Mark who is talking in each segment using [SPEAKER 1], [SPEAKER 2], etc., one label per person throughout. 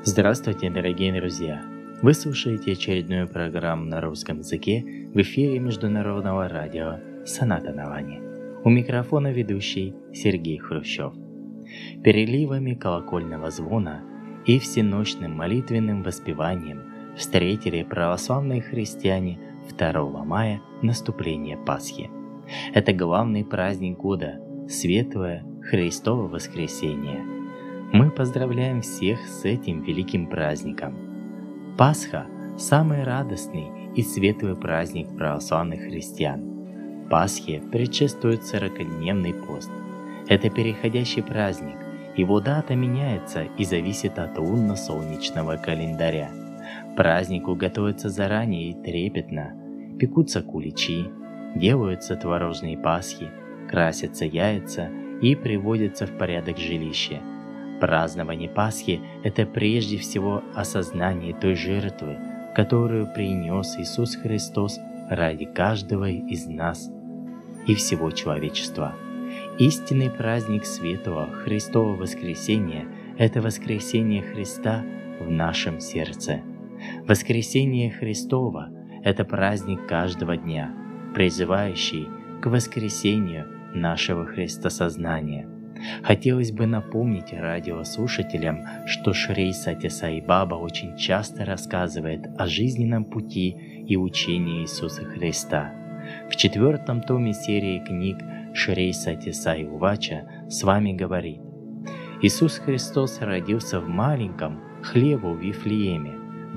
[SPEAKER 1] Здравствуйте, дорогие друзья! Вы слушаете очередную программу на русском языке в эфире Международного радио «Санатанавани». У микрофона ведущий Сергей Хрущев. Переливами колокольного звона и всеночным молитвенным воспеванием встретили православные христиане 2 мая наступление Пасхи. Это главный праздник года, светлое Христово воскресение. Мы поздравляем всех с этим великим праздником. Пасха – самый радостный и светлый праздник православных христиан. Пасхе предшествует 40-дневный пост. Это переходящий праздник, его дата меняется и зависит от лунно-солнечного календаря. К празднику готовятся заранее и трепетно, пекутся куличи, делаются творожные пасхи, красятся яйца и приводятся в порядок жилища. Празднование Пасхи – это прежде всего осознание той жертвы, которую принес Иисус Христос ради каждого из нас и всего человечества. Истинный праздник Светлого Христова Воскресения – это воскресение Христа в нашем сердце. Воскресение Христово – это праздник каждого дня, призывающий к воскресению нашего христосознания. Хотелось бы напомнить радиослушателям, что Шри Сати Сай Баба очень часто рассказывает о жизненном пути и учении Иисуса Христа. В 4 томе серии книг Шри Сати Сай Увача с вами говорит: Иисус Христос родился в маленьком хлеву в Вифлееме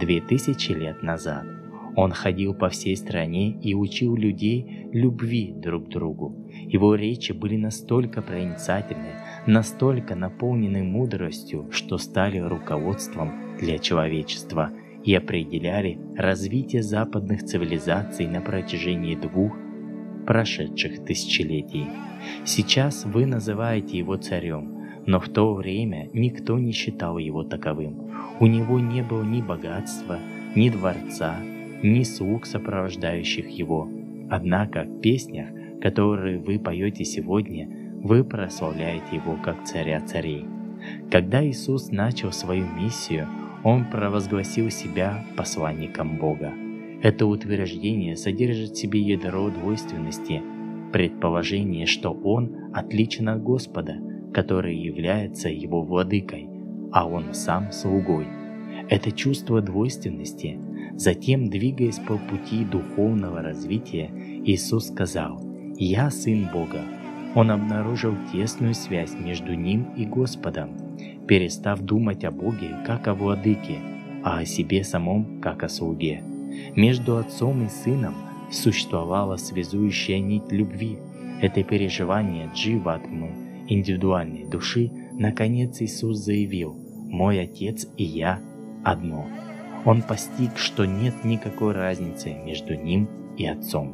[SPEAKER 1] 2000 лет назад. Он ходил по всей стране и учил людей любви друг к другу. Его речи были настолько проницательны, настолько наполнены мудростью, что стали руководством для человечества и определяли развитие западных цивилизаций на протяжении 2 прошедших тысячелетий. Сейчас вы называете его царем, но в то время никто не считал его таковым. У него не было ни богатства, ни дворца, ни слуг, сопровождающих его. Однако в песнях, которые вы поете сегодня, вы прославляете его как царя царей. Когда Иисус начал свою миссию, Он провозгласил себя посланником Бога. Это утверждение содержит в себе ядро двойственности, предположение, что Он отличен от Господа, который является Его владыкой, а Он сам слугой. Это чувство двойственности. Затем, двигаясь по пути духовного развития, Иисус сказал: «Я Сын Бога». Он обнаружил тесную связь между Ним и Господом, перестав думать о Боге как о владыке, а о себе самом как о слуге. Между Отцом и Сыном существовала связующая нить любви. Это переживание дживатмы, индивидуальной души. Наконец Иисус заявил: «Мой Отец и я одно». Он постиг, что нет никакой разницы между Ним и Отцом.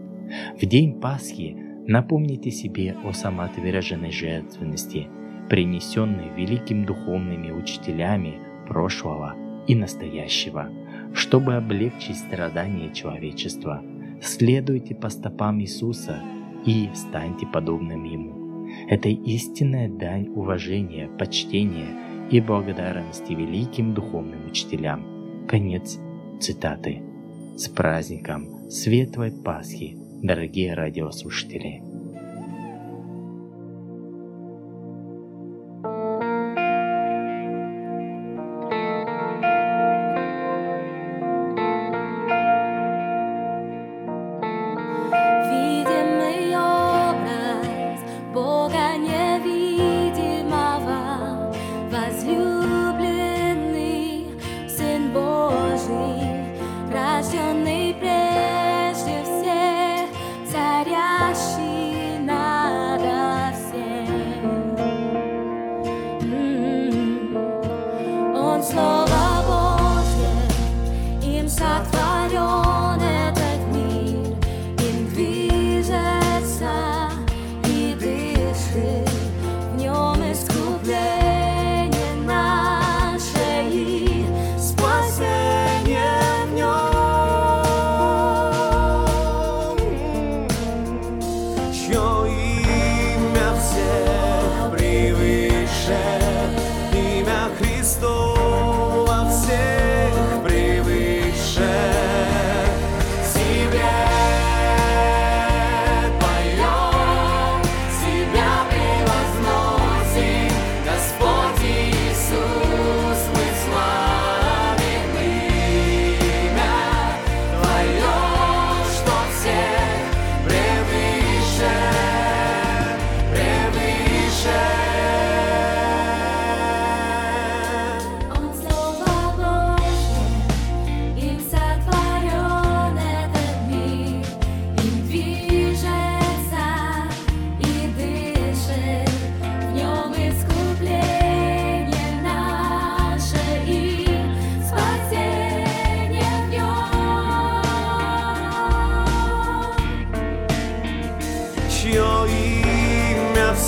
[SPEAKER 1] В день Пасхи напомните себе о самоотверженной жертвенности, принесенной великими духовными учителями прошлого и настоящего. Чтобы облегчить страдания человечества, следуйте по стопам Иисуса и станьте подобным Ему. Это истинная дань уважения, почтения и благодарности великим духовным учителям. Конец цитаты. С праздником Светлой Пасхи, дорогие радиослушатели!
[SPEAKER 2] Видимый образ Бога невидимого, возлюбленный Сын Божий, рожденный прежде всех, царящий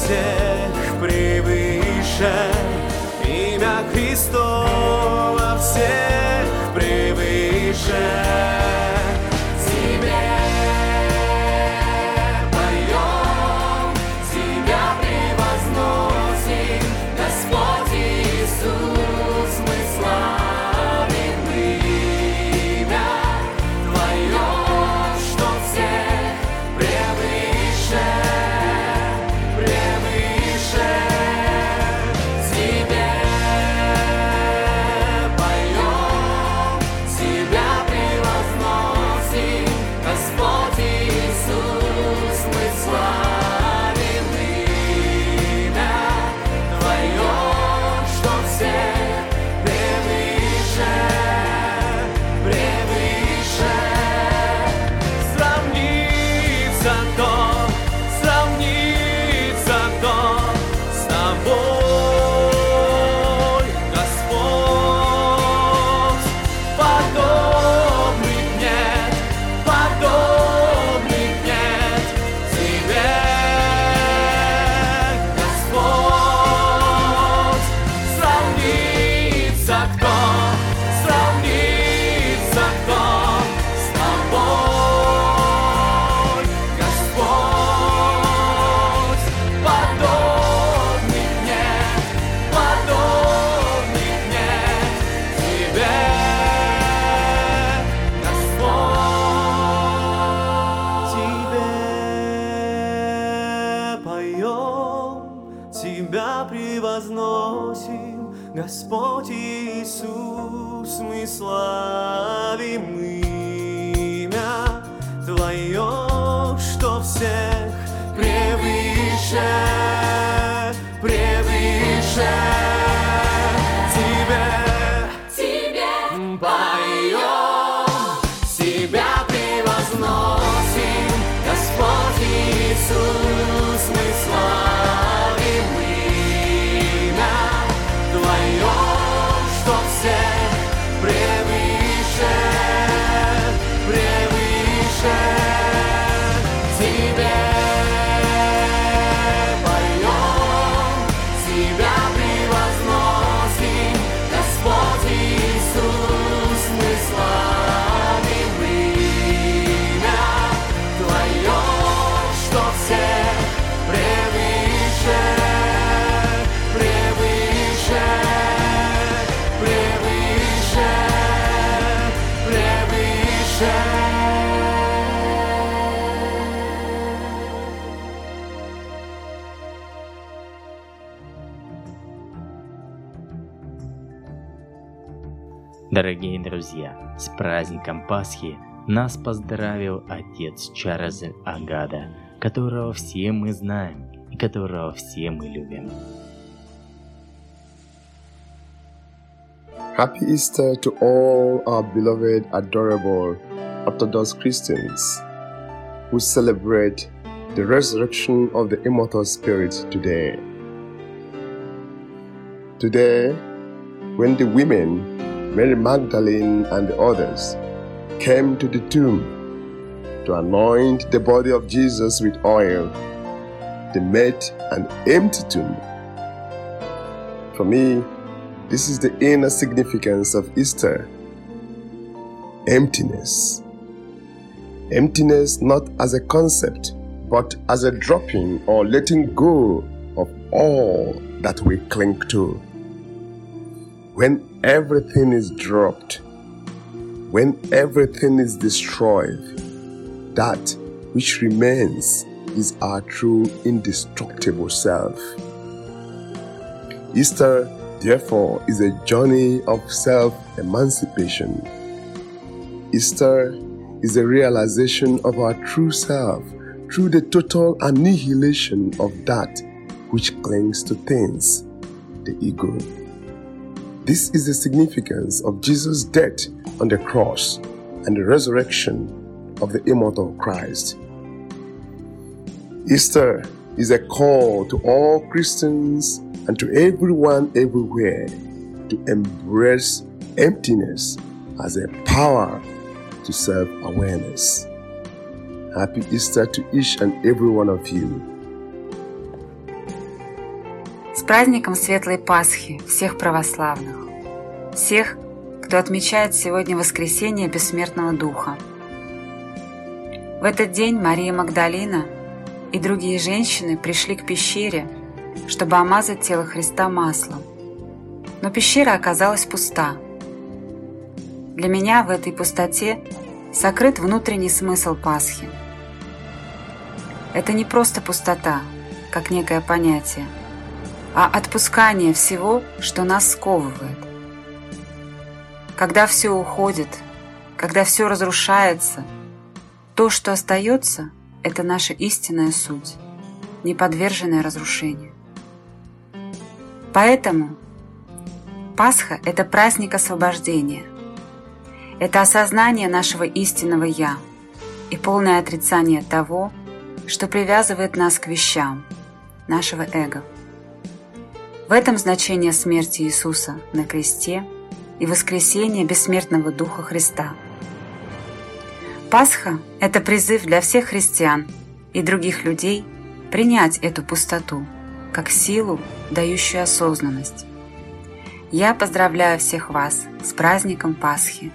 [SPEAKER 3] всех превыше, имя Христово всех превыше. Тебе поем, Тебя превозносим, Господь Иисус, мы славим имя Твое, что всех превыше, превыше. Тебе поем, Тебя превозносим, Господь Иисус, мы славим имя Твое, что всех превыше, превыше. Сравнится то с Тобой, Господь. Подобных нет Тебе, Господь. Сравнится кто с Тобой, Господь. Подобных нет Тебе, Господь. Тебе поем, Тебя превозносим, Господь Иисус, мы славим имя Твое, что всех превыше, превыше. Тебе поем, Тебя превозносим, Господь Иисус, мы славим имя Твое, что всех превыше, превыше. Тебе поем, Тебя превозносим, Господь Иисус, мы славим имя Твое, что всех превыше, превыше, превыше, превыше.
[SPEAKER 1] Дорогие друзья, с праздником Пасхи нас поздравил отец Чарльз Агада, которого все мы знаем и которого все мы любим.
[SPEAKER 4] Happy Easter to all our beloved, adorable Orthodox Christians who celebrate the resurrection of the immortal Spirit today. Today, when the women, Mary Magdalene and the others, came to the tomb to anoint the body of Jesus with oil, they met an empty tomb. For me, this is the inner significance of Easter. Emptiness. Emptiness not as a concept, but as a dropping or letting go of all that we cling to. When everything is dropped, when everything is destroyed, that which remains is our true indestructible self. Easter, therefore, is a journey of self-emancipation. Easter is a realization of our true self through the total annihilation of that which clings to things, the ego. This is the significance of Jesus' death on the cross and the resurrection of the immortal Christ. Easter is a call to all Christians and to everyone everywhere to embrace emptiness as a power to self-awareness. Happy Easter to each and every one of you.
[SPEAKER 5] праздником Светлой Пасхи всех православных, всех, кто отмечает сегодня воскресение Бессмертного Духа. В этот день Мария Магдалина и другие женщины пришли к пещере, чтобы омазать тело Христа маслом. Но пещера оказалась пуста. Для меня в этой пустоте сокрыт внутренний смысл Пасхи. Это не просто пустота, как некое понятие, а отпускание всего, что нас сковывает. Когда все уходит, когда все разрушается, то, что остается, это наша истинная суть, не подверженная разрушению. Поэтому Пасха – это праздник освобождения. Это осознание нашего истинного «Я» и полное отрицание того, что привязывает нас к вещам, нашего эго. В этом значение смерти Иисуса на кресте и воскресения Бессмертного Духа Христа. Пасха – это призыв для всех христиан и других людей принять эту пустоту как силу, дающую осознанность. Я поздравляю всех вас с праздником Пасхи.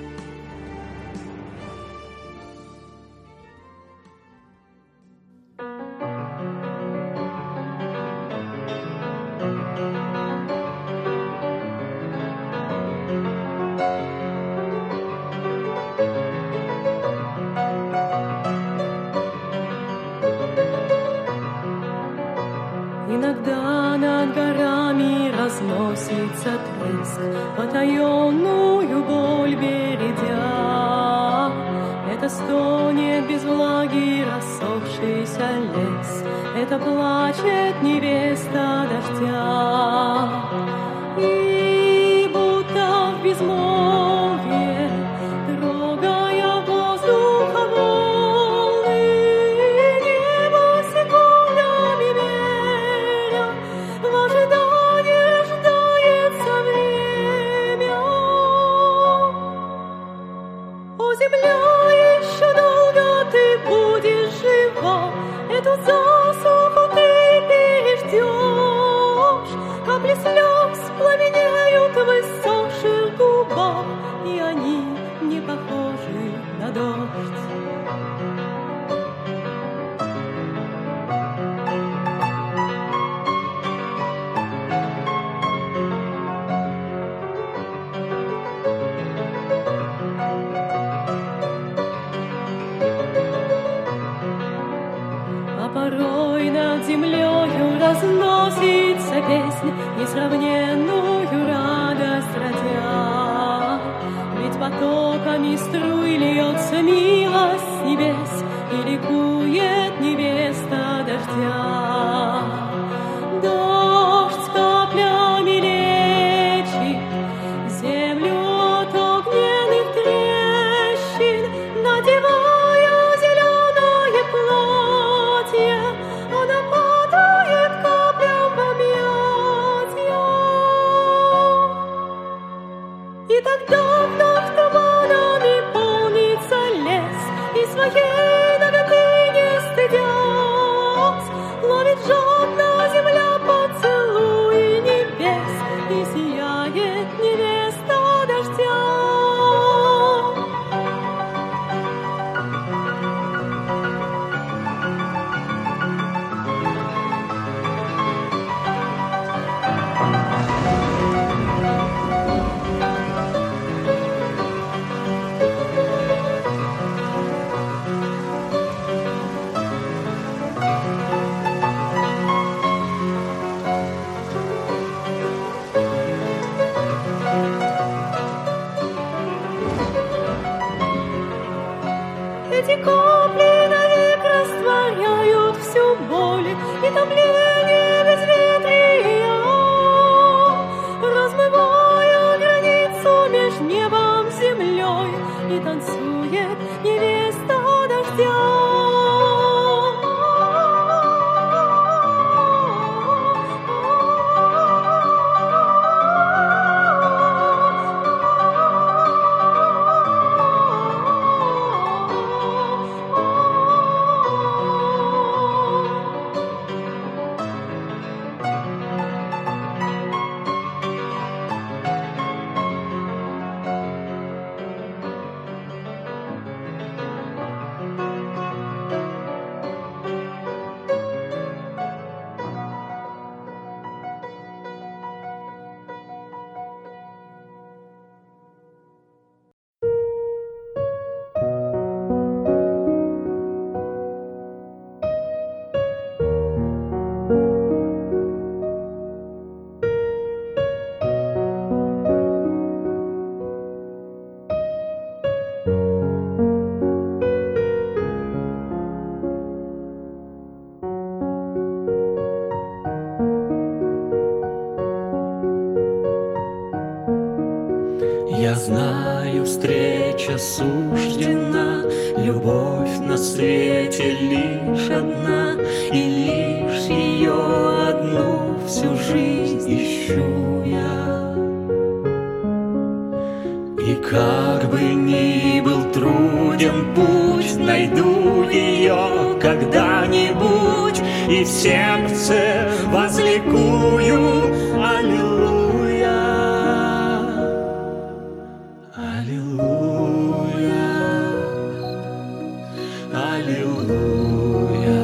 [SPEAKER 6] Иногда над горами разносится треск, потаенную боль бередя. Это стонет без влаги рассохшийся лес, это плачет невеста дождя. И будто в безмолвие, трогая воздуха волны, небо секундами меря, в ожидании ждается время. О, земля, еще долго ты будешь жива, эту засуху ты переждешь. Капли слез пламенеют в иссохших губах, и они не похожи на дождь. А порой над землею разносится песня, несравненную радость родя. Ведь потоками струй льется милость с небес, и ликует невеста дождя. Дождь с каплями лечит землю от огненных трещин, надевая зеленое платье, она падает каплям в объятия. И тогда вновь туманами полнится лес, и своей ноготы не стыдясь, ловит жадно земля поцелуи небес, и сияет невеста дождя. Эти капли навек растворяют всю боль и томление безветрия, размывая границу меж небом и землей, и танцует невеста дождя.
[SPEAKER 7] встреча суждена, любовь на свете лишь одна, и лишь ее одну всю жизнь ищу я. И как бы ни был труден путь, найду ее когда-нибудь, и в сердце возликую: аллилуйя, аллилуйя, аллилуйя,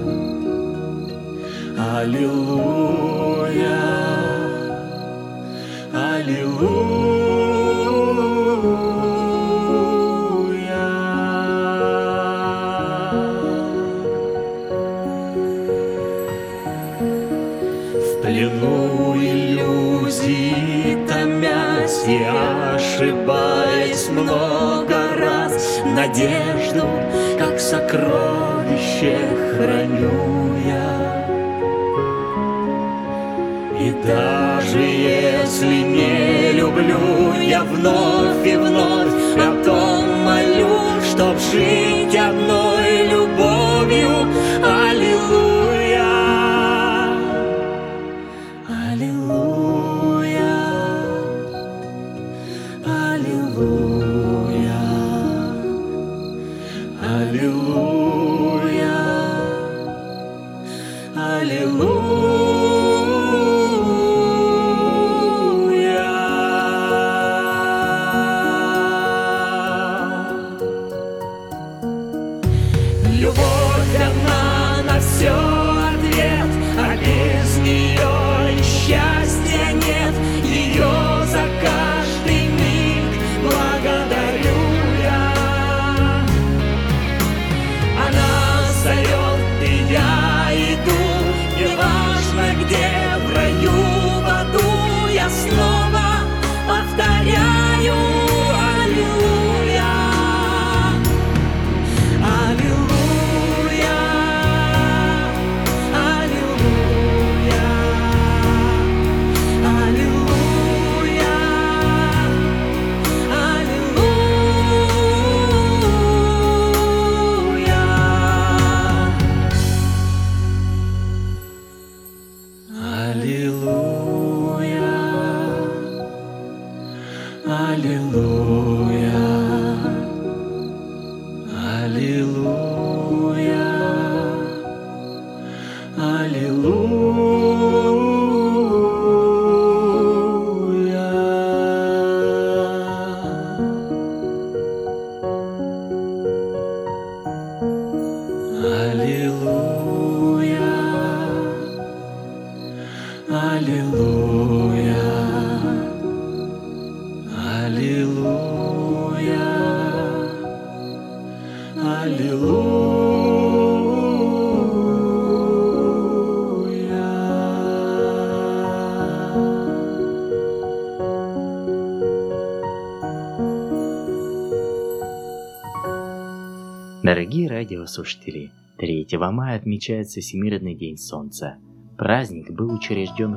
[SPEAKER 7] аллилуйя, аллилуйя. В плену иллюзий томясь и ошибаясь много раз, надежду, как сокровище, храню я. И даже если не люблю, я вновь и вновь о том молю, чтоб жить одной любовью. Аллилуйя, аллилуйя, аллилуйя, аллилуйя, аллилуйя. Любовь, она на все ответ, а без нее и счастья нет. Ее за каждый миг благодарю я. Она зовет, и я иду, неважно где, в раю, в аду. Я снова повторяю: аллилуйя, аллилуйя, аллилуйя, аллилуйя, аллилуйя, аллилуйя,
[SPEAKER 1] Дорогие радиослушатели, 3 мая отмечается Всемирный день Солнца. Праздник был учрежден в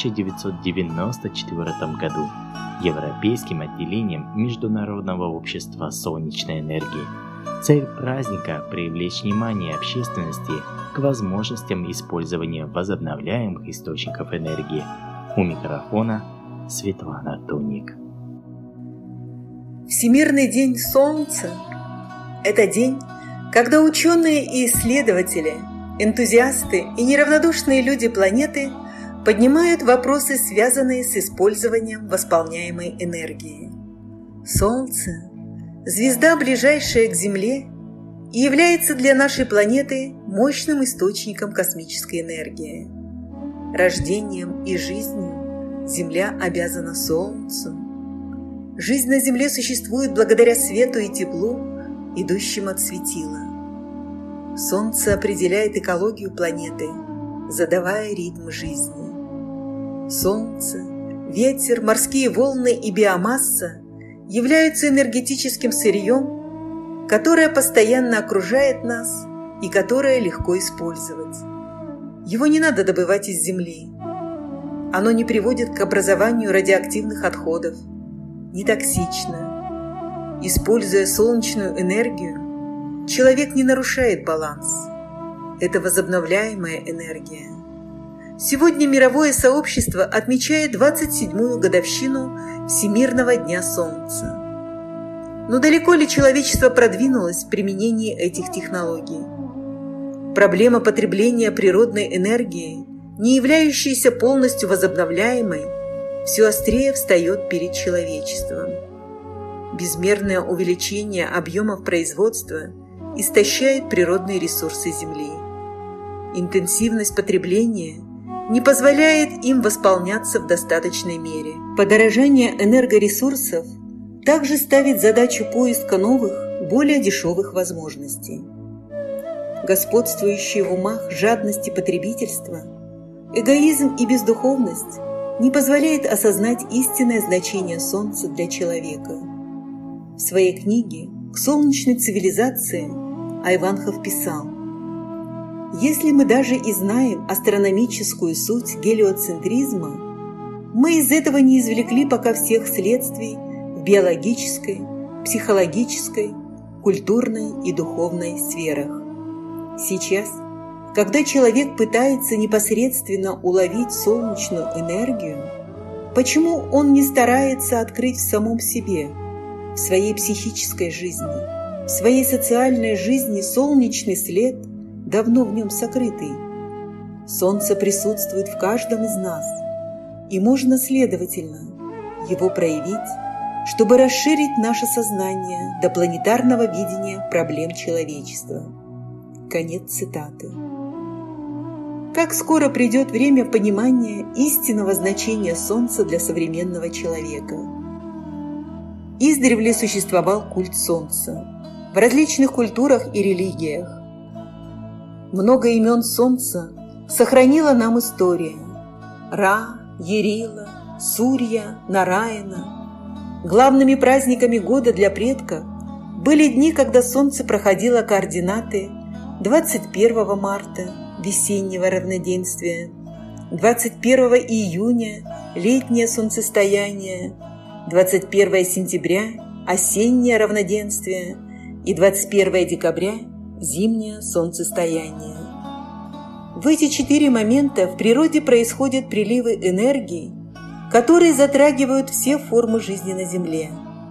[SPEAKER 1] 1994 году Европейским отделением Международного общества солнечной энергии. Цель праздника – привлечь внимание общественности к возможностям использования возобновляемых источников энергии. У микрофона Светлана Туник.
[SPEAKER 8] Всемирный день Солнца – это день, когда ученые и исследователи, энтузиасты и неравнодушные люди планеты поднимают вопросы, связанные с использованием восполняемой энергии. Солнце – звезда, ближайшая к Земле, и является для нашей планеты мощным источником космической энергии. Рождением и жизнью Земля обязана Солнцу. Жизнь на Земле существует благодаря свету и теплу, идущим от светила. Солнце определяет экологию планеты, задавая ритм жизни. Солнце, ветер, морские волны и биомасса являются энергетическим сырьем, которое постоянно окружает нас и которое легко использовать. Его не надо добывать из земли. Оно не приводит к образованию радиоактивных отходов, не токсично Используя солнечную энергию, человек не нарушает баланс. Это возобновляемая энергия. Сегодня мировое сообщество отмечает 27-ю годовщину Всемирного дня Солнца. Но далеко ли человечество продвинулось в применении этих технологий? Проблема потребления природной энергии, не являющейся полностью возобновляемой, все острее встает перед человечеством. Безмерное увеличение объемов производства истощает природные ресурсы Земли. Интенсивность потребления не позволяет им восполняться в достаточной мере. Подорожание энергоресурсов также ставит задачу поиска новых, более дешевых возможностей. Господствующие в умах жадность и потребительство, эгоизм и бездуховность не позволяют осознать истинное значение Солнца для человека. В своей книге «К солнечной цивилизации» Айванхов писал: «Если мы даже и знаем астрономическую суть гелиоцентризма, мы из этого не извлекли пока всех следствий в биологической, психологической, культурной и духовной сферах. Сейчас, когда человек пытается непосредственно уловить солнечную энергию, почему он не старается открыть в самом себе, в своей психической жизни, в своей социальной жизни солнечный след, давно в нем сокрытый? Солнце присутствует в каждом из нас, и можно, следовательно, его проявить, чтобы расширить наше сознание до планетарного видения проблем человечества». Конец цитаты. Как скоро придет время понимания истинного значения Солнца для современного человека? Издревле существовал культ Солнца в различных культурах и религиях. Много имен Солнца сохранила нам история: Ра, Ярила, Сурья, Нараяна. Главными праздниками года для предков были дни, когда Солнце проходило координаты 21 марта, весеннего равноденствия, 21 июня, летнее солнцестояние, 21 сентября, осеннее равноденствие и 21 декабря, зимнее солнцестояние. В эти 4 момента в природе происходят приливы энергии, которые затрагивают все формы жизни на Земле.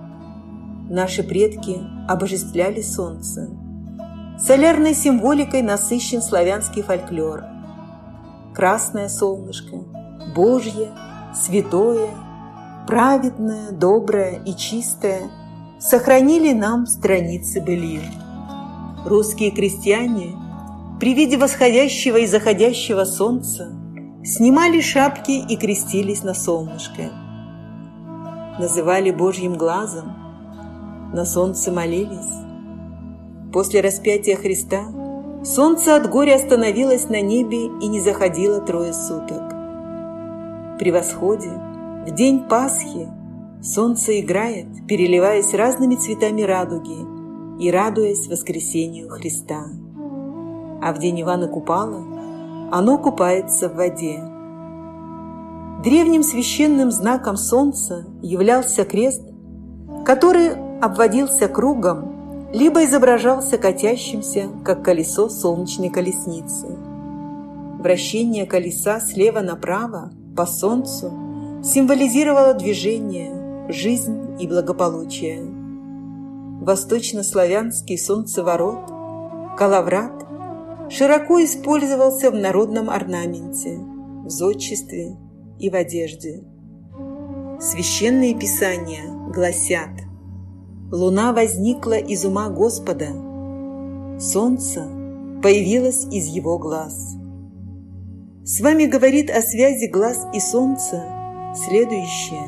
[SPEAKER 8] Наши предки обожествляли Солнце. Солярной символикой насыщен славянский фольклор. Красное солнышко, Божье, святое, праведное, доброе и чистое сохранили нам страницы былин. Русские крестьяне при виде восходящего и заходящего солнца снимали шапки и крестились на солнышко. Называли Божьим глазом, на солнце молились. После распятия Христа солнце от горя остановилось на небе и не заходило 3 суток. При восходе, в день Пасхи, солнце играет, переливаясь разными цветами радуги и радуясь воскресению Христа. А в день Ивана Купала оно купается в воде. Древним священным знаком солнца являлся крест, который обводился кругом, либо изображался катящимся, как колесо солнечной колесницы. Вращение колеса слева направо по солнцу символизировало движение, жизнь и благополучие. Восточнославянский солнцеворот, калаврат, широко использовался в народном орнаменте, в зодчестве и в одежде. Священные писания гласят: «Луна возникла из ума Господа, солнце появилось из его глаз». С вами говорит о связи глаз и солнца следующее.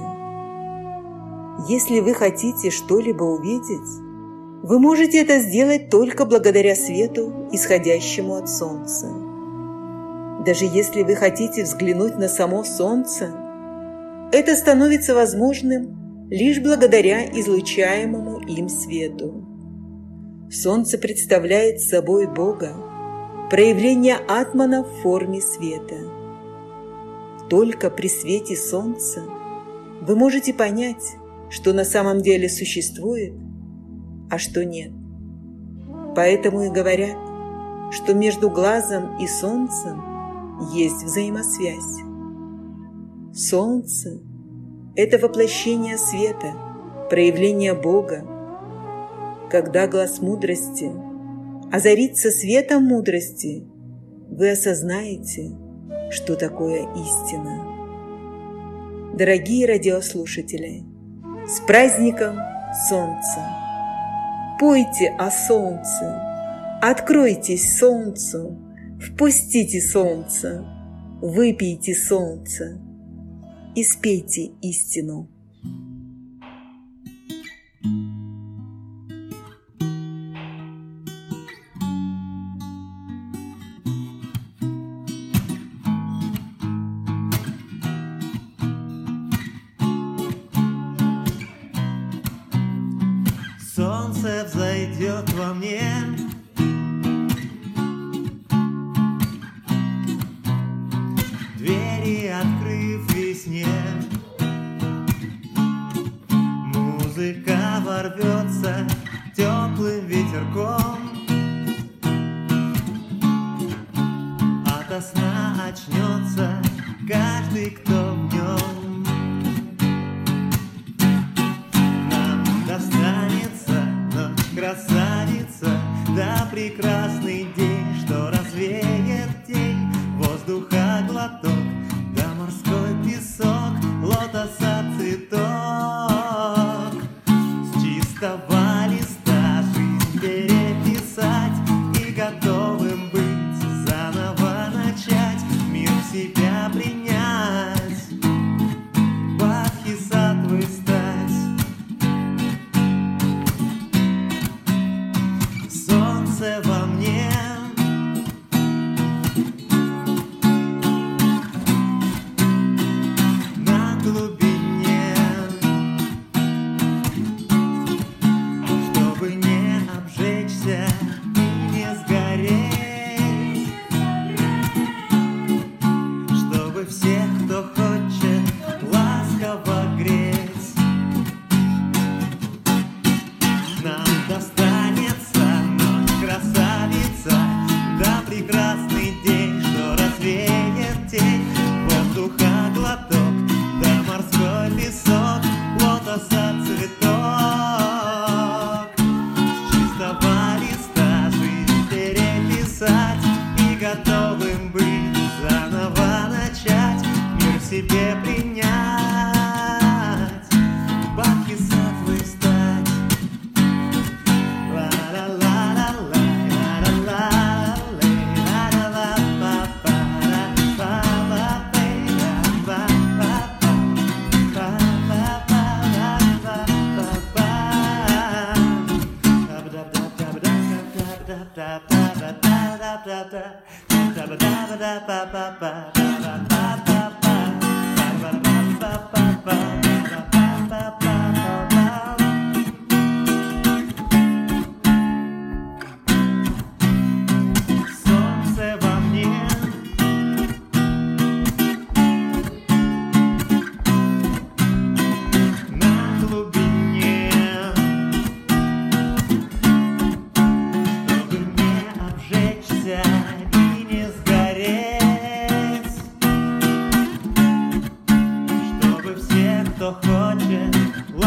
[SPEAKER 8] Если вы хотите что-либо увидеть, вы можете это сделать только благодаря свету, исходящему от солнца. Даже если вы хотите взглянуть на само солнце, это становится возможным лишь благодаря излучаемому им свету. Солнце представляет собой Бога, проявление атмана в форме света. Только при свете солнца вы можете понять, что на самом деле существует а что нет. Поэтому и говорят, что между глазом и солнцем есть взаимосвязь. Солнце – это воплощение света, проявление Бога. Когда глаз мудрости озарится светом мудрости, вы осознаете, что такое истина. Дорогие радиослушатели, с праздником Солнца! Пойте о солнце, откройтесь солнцу, впустите солнце, выпейте солнце и спейте истину.
[SPEAKER 9] Солнце взойдет во мне, двери открыв весне, музыка ворвется теплым ветерком, ото сна очнется каждый, кто в нем. Нам достанется ночь, красавица, да прекрасный день, что развеет тень воздуха глоток, да морской песок, лотоса цветок. С чистого листа жизнь переписать и готовым быть заново начать, мир в себя принять, бодхисаттвой стать. Солнце во мне, на глубине, чтобы не обжечься и не сгореть, чтобы всех, кто хочет, ласково греть. Нам достанется ночь, красавица, да прекрасный день, что развеет тень воздуха глоток, да морской песок, лотоса цветок. С чистого листа жизнь переписать и готовым быть заново начать, мир в себе принять, бодхисаттвой стать. Солнце во мне, на глубине, чтобы не обжечься и не сгореть, чтобы все, кто хочет,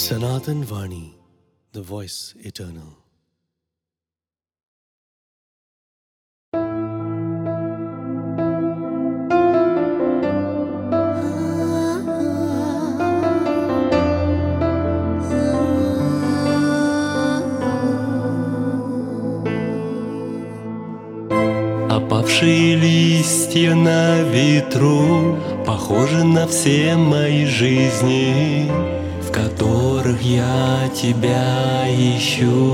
[SPEAKER 10] Sanatan Vani, the voice eternal.
[SPEAKER 7] Опавшие листья на ветру похожи на все мои жизни, в которых я тебя ищу.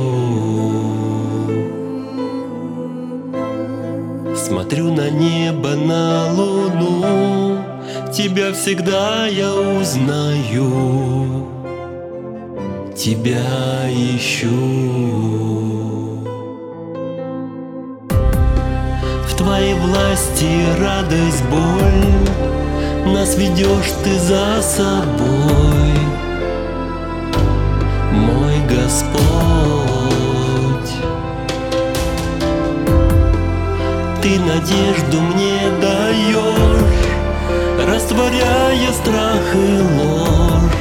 [SPEAKER 7] Смотрю на небо, на луну, тебя всегда я узнаю, тебя ищу. В твоей власти радость, боль, нас ведешь ты за собой, мой Господь. Ты надежду мне даешь, растворяя страх и ложь,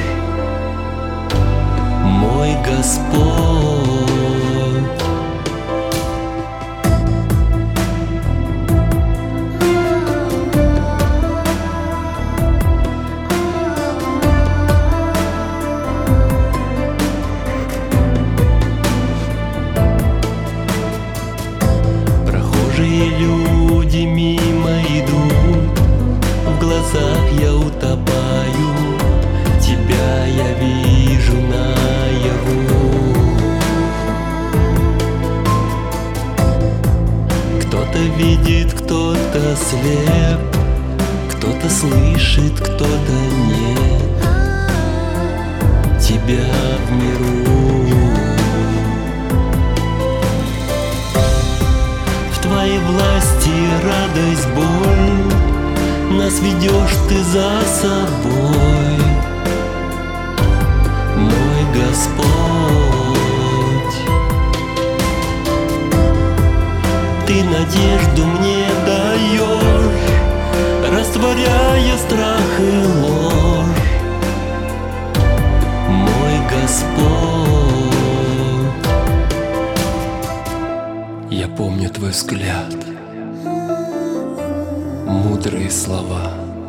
[SPEAKER 7] мой Господь. Люди мимо идут, в глазах я утопаю, тебя я вижу наяву. Кто-то видит, кто-то слеп, кто-то слышит, кто-то нет тебя в миру. В твоей власти радость, боль, нас ведешь ты за собой, мой Господь. Ты надежду мне даешь, растворяя страх и ложь, мой Господь. Я помню твой взгляд, мудрые слова,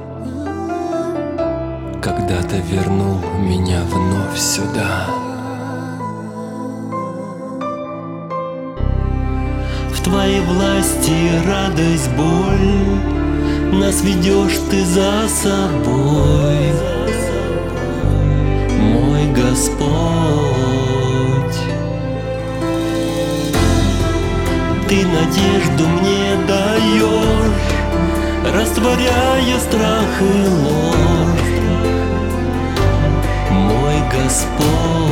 [SPEAKER 7] когда ты вернул меня вновь сюда. В твоей власти радость, боль, нас ведешь ты за собой, мой Господь. Ты надежду мне даешь, растворяя страх и ложь, мой Господь.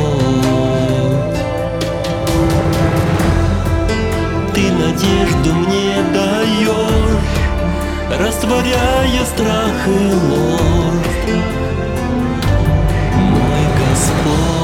[SPEAKER 7] Ты надежду мне даешь, растворяя страх и ложь, мой Господь.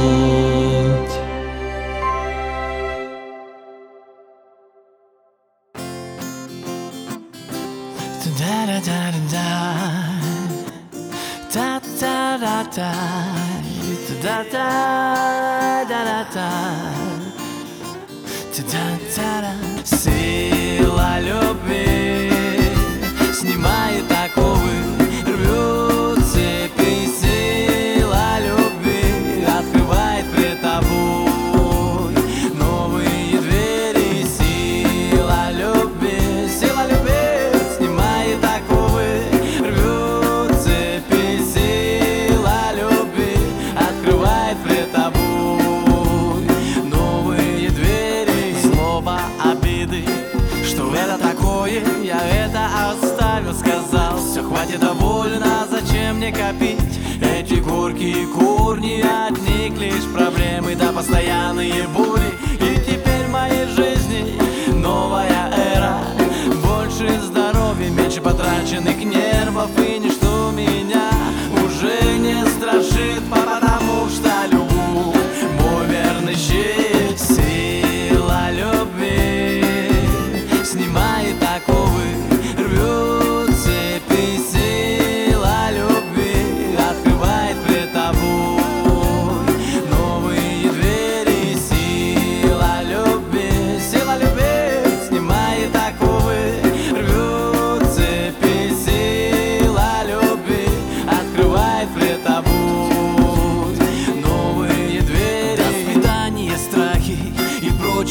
[SPEAKER 11] Сила любви снимает оковы, рвет цепи. Сила любви открывает пред тобой новые двери. Сила любви снимает оковы, рвет цепи. Сила любви открывает пред тобой новые двери. Злоба, обиды, что это такое, я это оставил, сказал. Все, хватит, довольно, зачем мне копить эти горькие корни? От них лишь проблемы да постоянные бури. И теперь в моей жизни новая эра, больше здоровья, меньше потраченных нервов. И ничто меня уже не страшит, потому что любовь мой верный щит. Сила любви снимает оковы, рвет цепи. Сила любви открывает пред тобой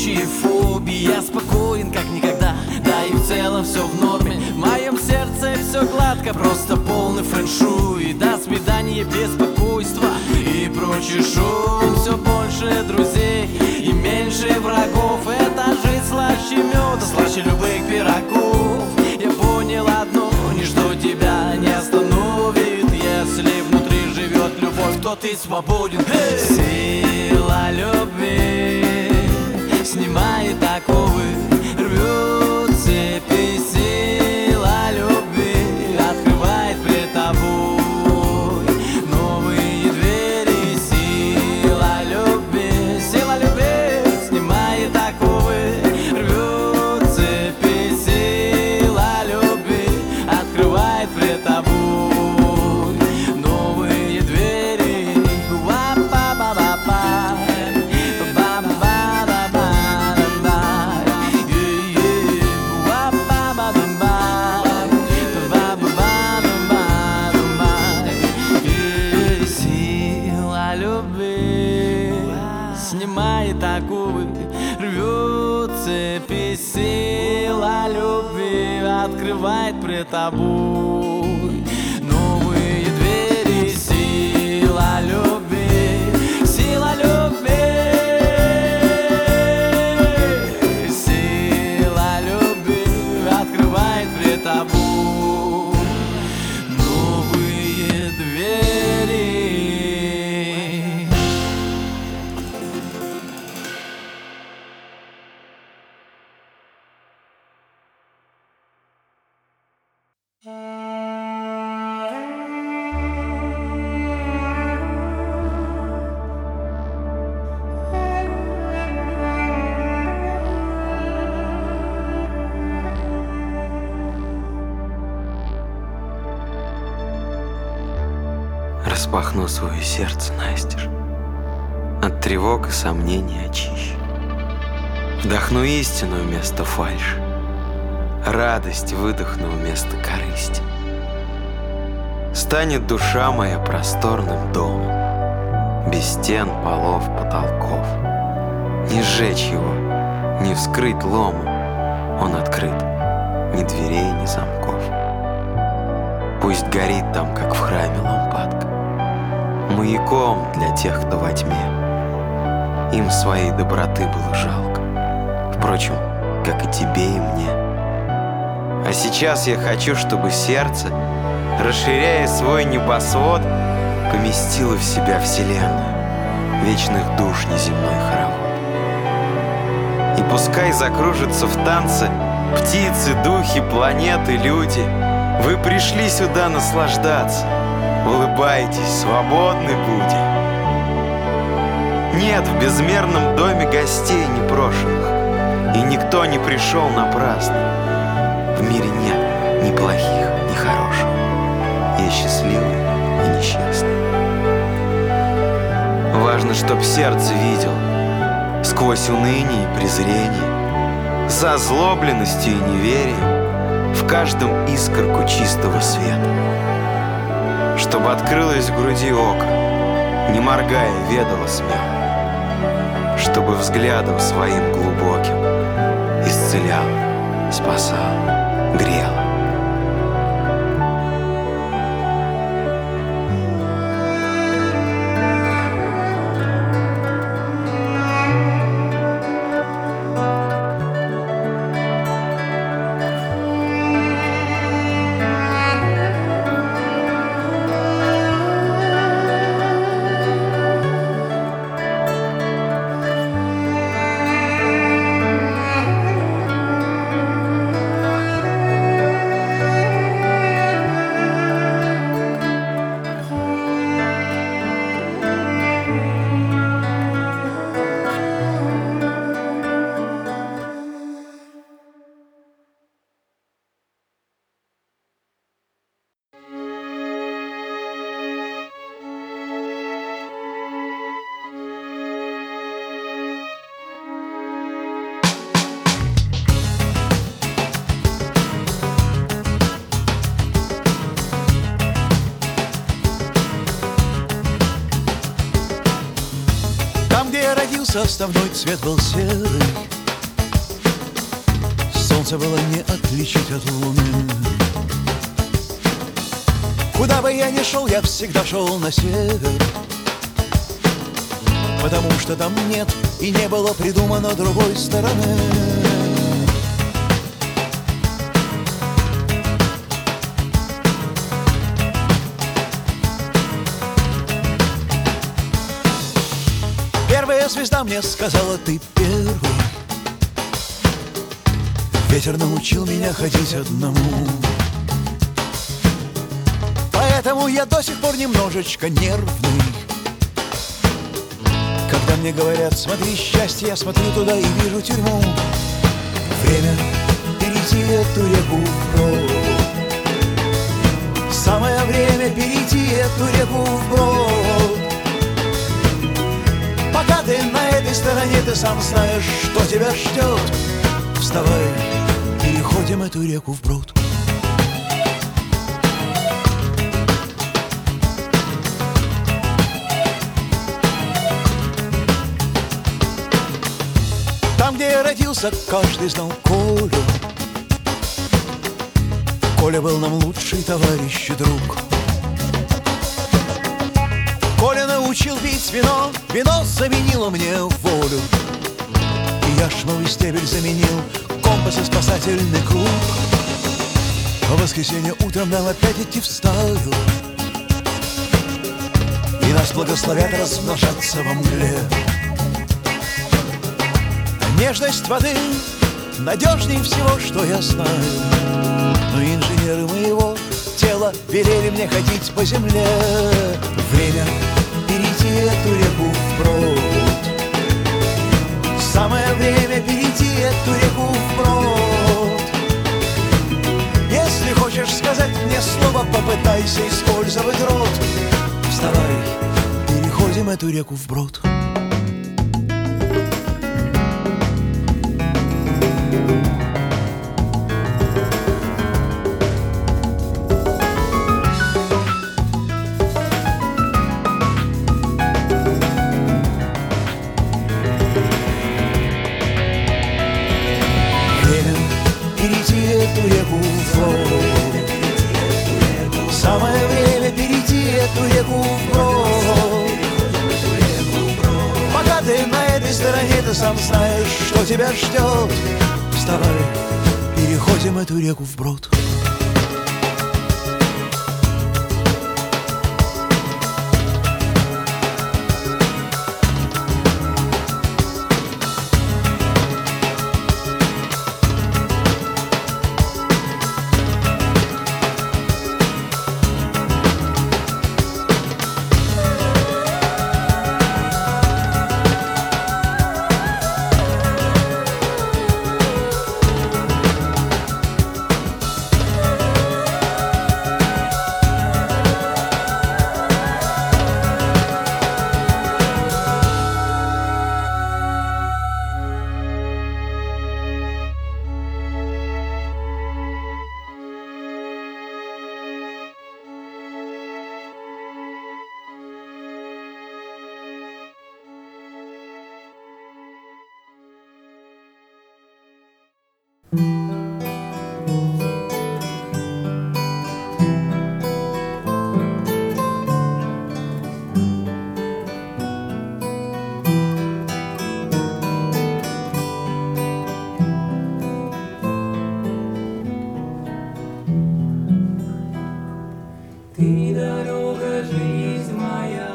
[SPEAKER 11] случае фобии я спокоен как никогда. Да и в целом все в норме, в моем сердце все гладко, просто полный фэншуй. До свидания, беспокойство и прочий шум. Все больше друзей и меньше врагов. Это жизнь слаще меда, слаще любых пирогов. Я понял одно, ничто тебя не остановит. Если внутри живет любовь, то ты свободен. Сила любви снимает оковы, рвет цепи. Сила любви открывает пред тобой новые двери. Сила любви снимает оковы, рвет цепи. Сила любви открывает пред тобой новые двери. Ба-ба-ба-ба-ба. Сила любви снимает оковы, рвет цепи. Сила любви открывает пред тобой новые двери. Сила любви, сила любви, сила любви открывает пред тобой новые двери.
[SPEAKER 12] Распахну свое сердце настежь, от тревог и сомнений очищу. Вдохну истину вместо фальши, радость выдохну вместо корысти. Станет душа моя просторным домом, без стен, полов, потолков. Не сжечь его, не вскрыть ломом, он открыт, ни дверей, ни замков. Пусть горит там, как в храме, лампадка, маяком для тех, кто во тьме. Им своей доброты было жалко, впрочем, как и тебе и мне. А сейчас я хочу, чтобы сердце, расширяя свой небосвод, поместило в себя вселенную, вечных душ неземной хоровод. И пускай закружатся в танце птицы, духи, планеты, люди. Вы пришли сюда наслаждаться, улыбайтесь, свободны будем. Нет в безмерном доме гостей непрошенных, и никто не пришел напрасно. В мире нет ни плохих, ни хороших, есть счастливые и несчастные. Важно, чтоб сердце видел сквозь уныние и презрение, с озлобленностью и неверием в каждом искорку чистого света. Чтобы открылось в груди око, не моргая, ведало смех. Чтобы взглядом своим глубоким исцелял, спасал, грел.
[SPEAKER 13] Составной цвет был серый, Солнце было не отличить от луны. Куда бы я ни шел, я всегда шел на север, потому что там нет и не было придумано другой стороны. Первая звезда мне сказала: ты первый. Ветер научил меня ходить одному, поэтому я до сих пор немножечко нервный. Когда мне говорят: смотри, счастье, я смотрю туда и вижу тюрьму. Время перейти эту реку вброд. Самое время перейти эту реку вброд. Пока ты на этой стороне, ты сам знаешь, что тебя ждет. Вставай, переходим эту реку вброд. Там, где я родился, каждый знал Колю. Коля был нам лучший товарищ и друг. Коля научил пить вино, вино заменило мне волю. И яшмовый стебель заменил компас и спасательный круг. В воскресенье утром нам опять идти в стаю, и нас благословят размножаться во мгле. Нежность воды надежнее всего, что я знаю, но инженеры моего тела велели мне ходить по земле. Время перейти эту реку вброд. Самое время перейти эту реку вброд. Если хочешь сказать мне слово, попытайся использовать рот. Вставай, переходим эту реку вброд. Самое время перейти эту реку вброд. Пока ты на этой стороне, ты сам знаешь, что тебя ждет. Вставай, переходим эту реку вброд.
[SPEAKER 14] Ты дорога, жизнь моя,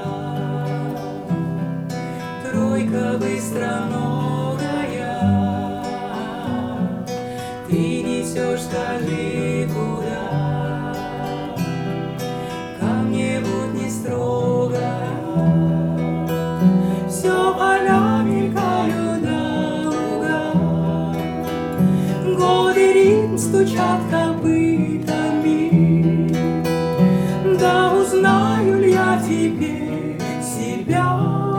[SPEAKER 14] тройка быстроногая. Ты несешь, скажи, куда? Ко мне будь не строго. Все поля мелькают до луга, годы ритм стучат копытами. Да узнаю ли я теперь себя,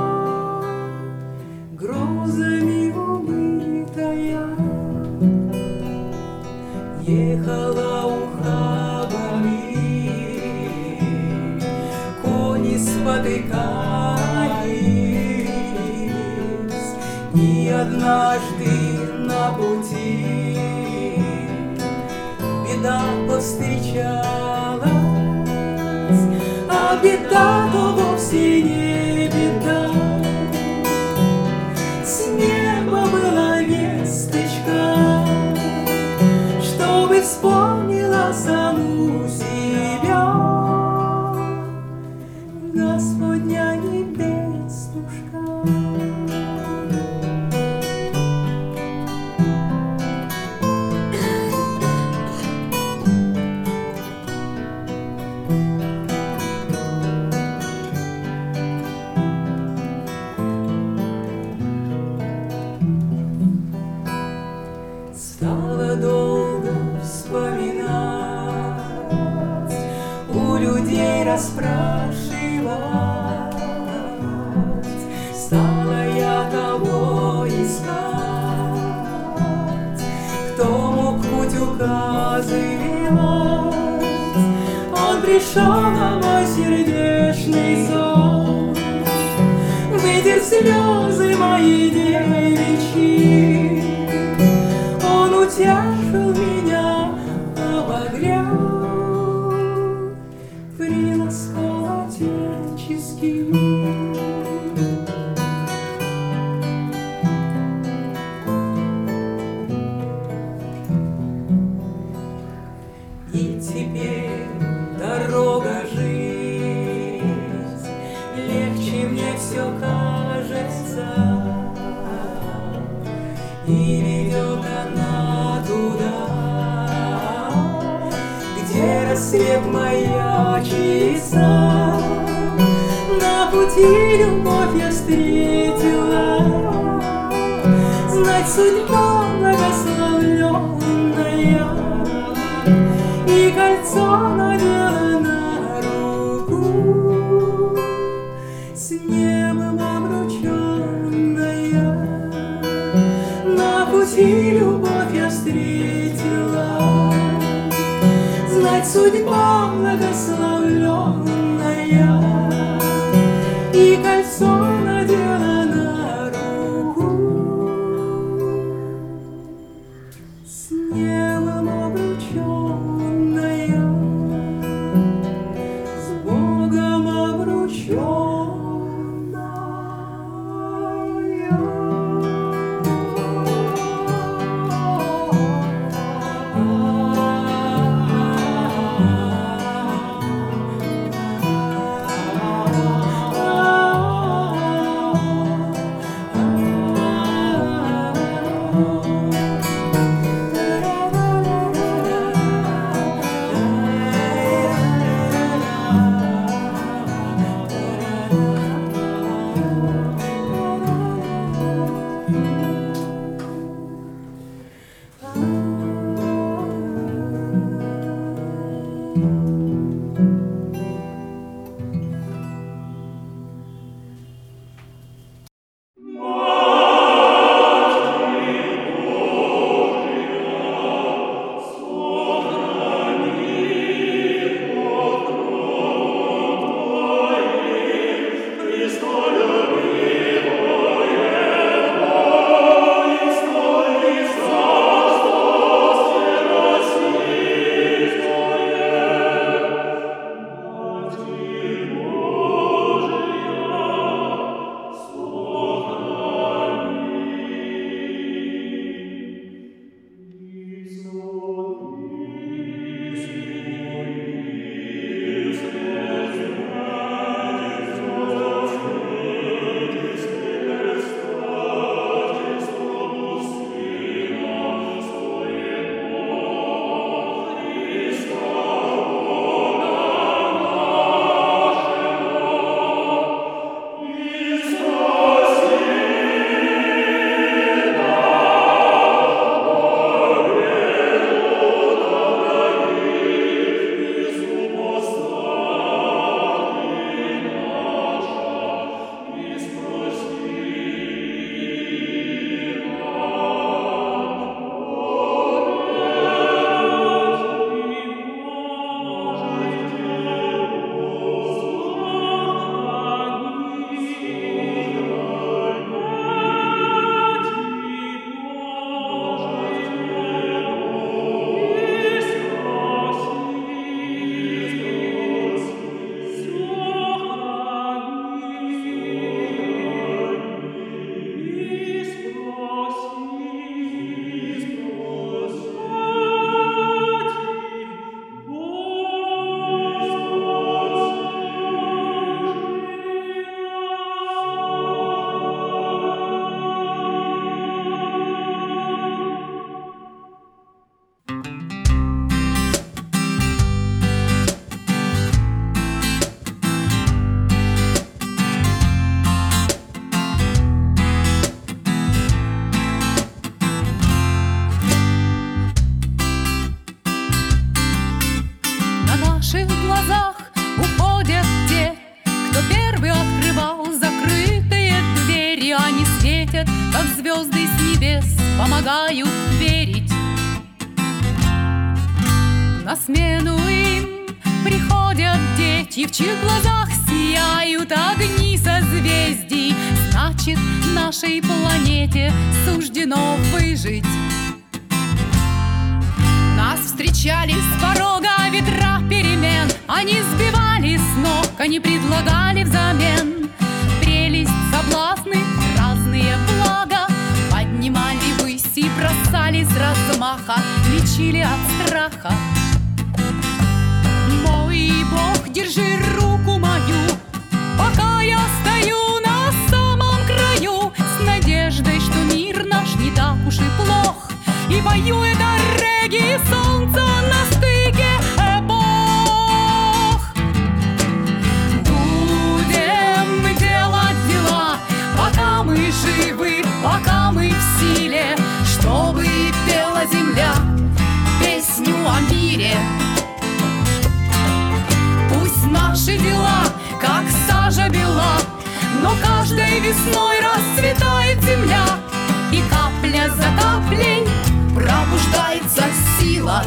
[SPEAKER 14] грозами умытая? Ехала ухабами, кони спотыкались, и однажды на пути беда повстречалась, а беда-то вовсе не беда. С неба была весточка, чтобы вспомнила саму себя Господня небеснушка. Стала долго вспоминать, у людей расспрашивать. Стала я того искать, кто мог путь указывать. Он пришел на мой сердечный зов, вытер слезы мои девичьи. Он утешил меня, обогрел, приласкал отечески. И теперь дорога жизнь, легче мне все кажется, и ведет она туда, где рассвет маячится. На пути любовь я встретила, знать судьба благословленная, и кольцо надела на руку, с небом обрученная. На пути любовь я встретила, знать судьба благословленная, и кольцо надела на руку, с небом обрученная, с Богом обрученная.
[SPEAKER 15] светят, как звезды с небес, помогают верить. На смену им приходят дети, в чьих глазах сияют огни созвездий. Значит, нашей планете суждено выжить. Нас встречали с порога ветра перемен, они сбивали с ног, они предлагали взамен прелесть, соблазны, разные блага, поднимали ввысь и бросали с размаха, лечили от страха. Мой Бог, держи руку мою, пока я стою на самом краю, с надеждой, что мир наш не так уж и плох, и воюет регги солнца на стыке эпох. Будем делать дела, пока мы живы, пока мы в силе, чтобы пела земля песню о мире. Пусть наши дела, как сажа бела, но каждой весной расцветает земля, и капля за каплей пробуждается сила.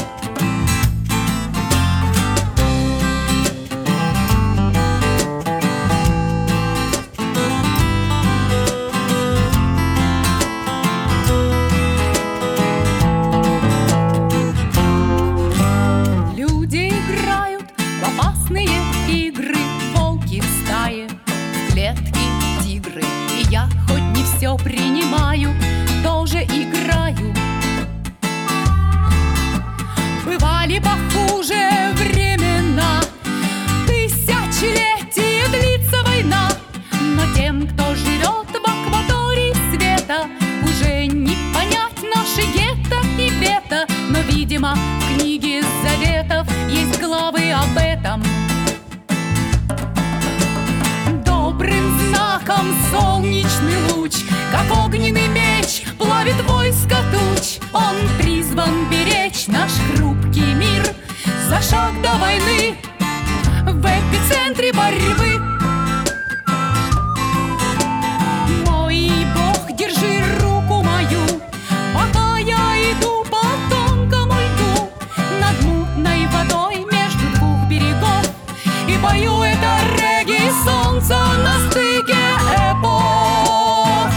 [SPEAKER 15] Люди играют в опасные игры, волки в стае, в клетке тигры. И я, хоть не все принимаю, тоже играю. Бывали похуже времена, тысячелетия длится война, но тем, кто живет в акватории света, уже не понять наши гетто и вето. Но, видимо, в книге заветов есть главы об этом. Добрым знаком солнечный луч, как огненный меч, плавит войско туч. Он призван беречь наш хрупкий мир за шаг до войны в эпицентре борьбы. Мой Бог, держи руку мою, пока я иду по тонкому льду над мутной водой между двух берегов, и пою это регги солнца на стыке эпох.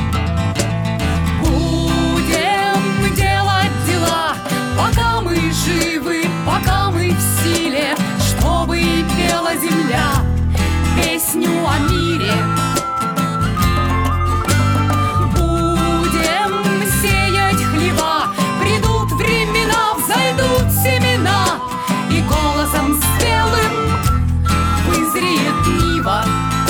[SPEAKER 15] Будем делать дела, пока мы живы, пока мы в силе, чтобы пела земля песню о мире. Будем сеять хлеба, придут времена, взойдут семена, и голосом спелым вызреет нива.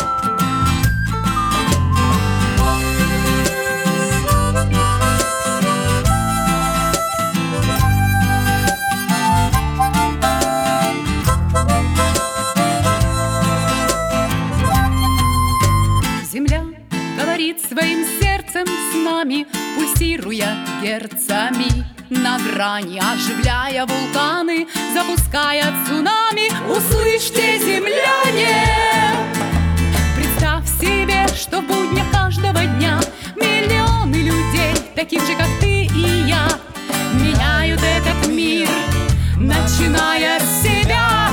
[SPEAKER 15] Земля говорит своим сердцем с нами, пульсируя герцами на грани, оживляя вулканы, запуская цунами. Услышьте, земляне! Представь себе, что в буднях каждого дня миллионы людей, таких же, как ты и я, меняют этот мир, начиная с себя.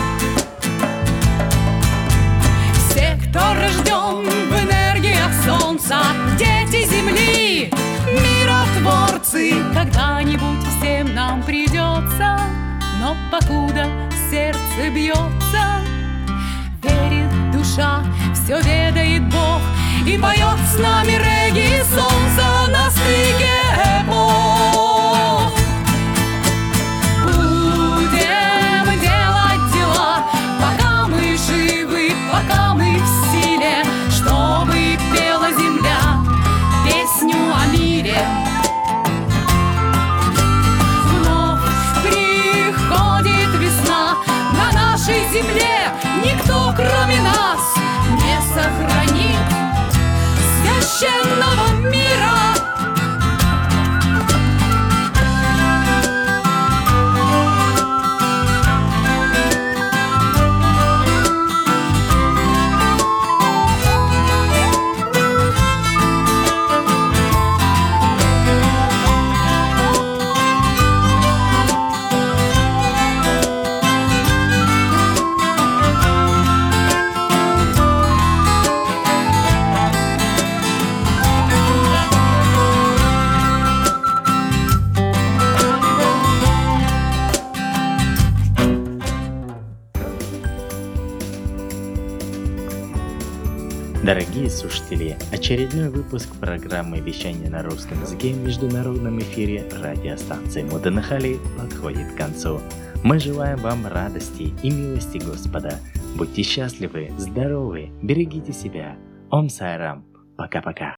[SPEAKER 15] Все, кто рожден в энергиях солнца, дети земли, миротворцы, когда-нибудь всем нам придется, но покуда сердце бьется, верит душа, все ведает Бог, и поет с нами регги солнца на стыке эпох. Будем делать дела, пока мы живы, пока мы в силе, чтобы пела земля песню о мире. Вновь приходит весна, на нашей земле никто, кроме нас, не сохранит священного мира.
[SPEAKER 1] Дорогие слушатели, очередной выпуск программы «Вещание на русском языке» в международном эфире радиостанции Муденахали подходит к концу. Мы желаем вам радости и милости Господа. Будьте счастливы, здоровы, берегите себя. Ом Сайрам. Пока-пока.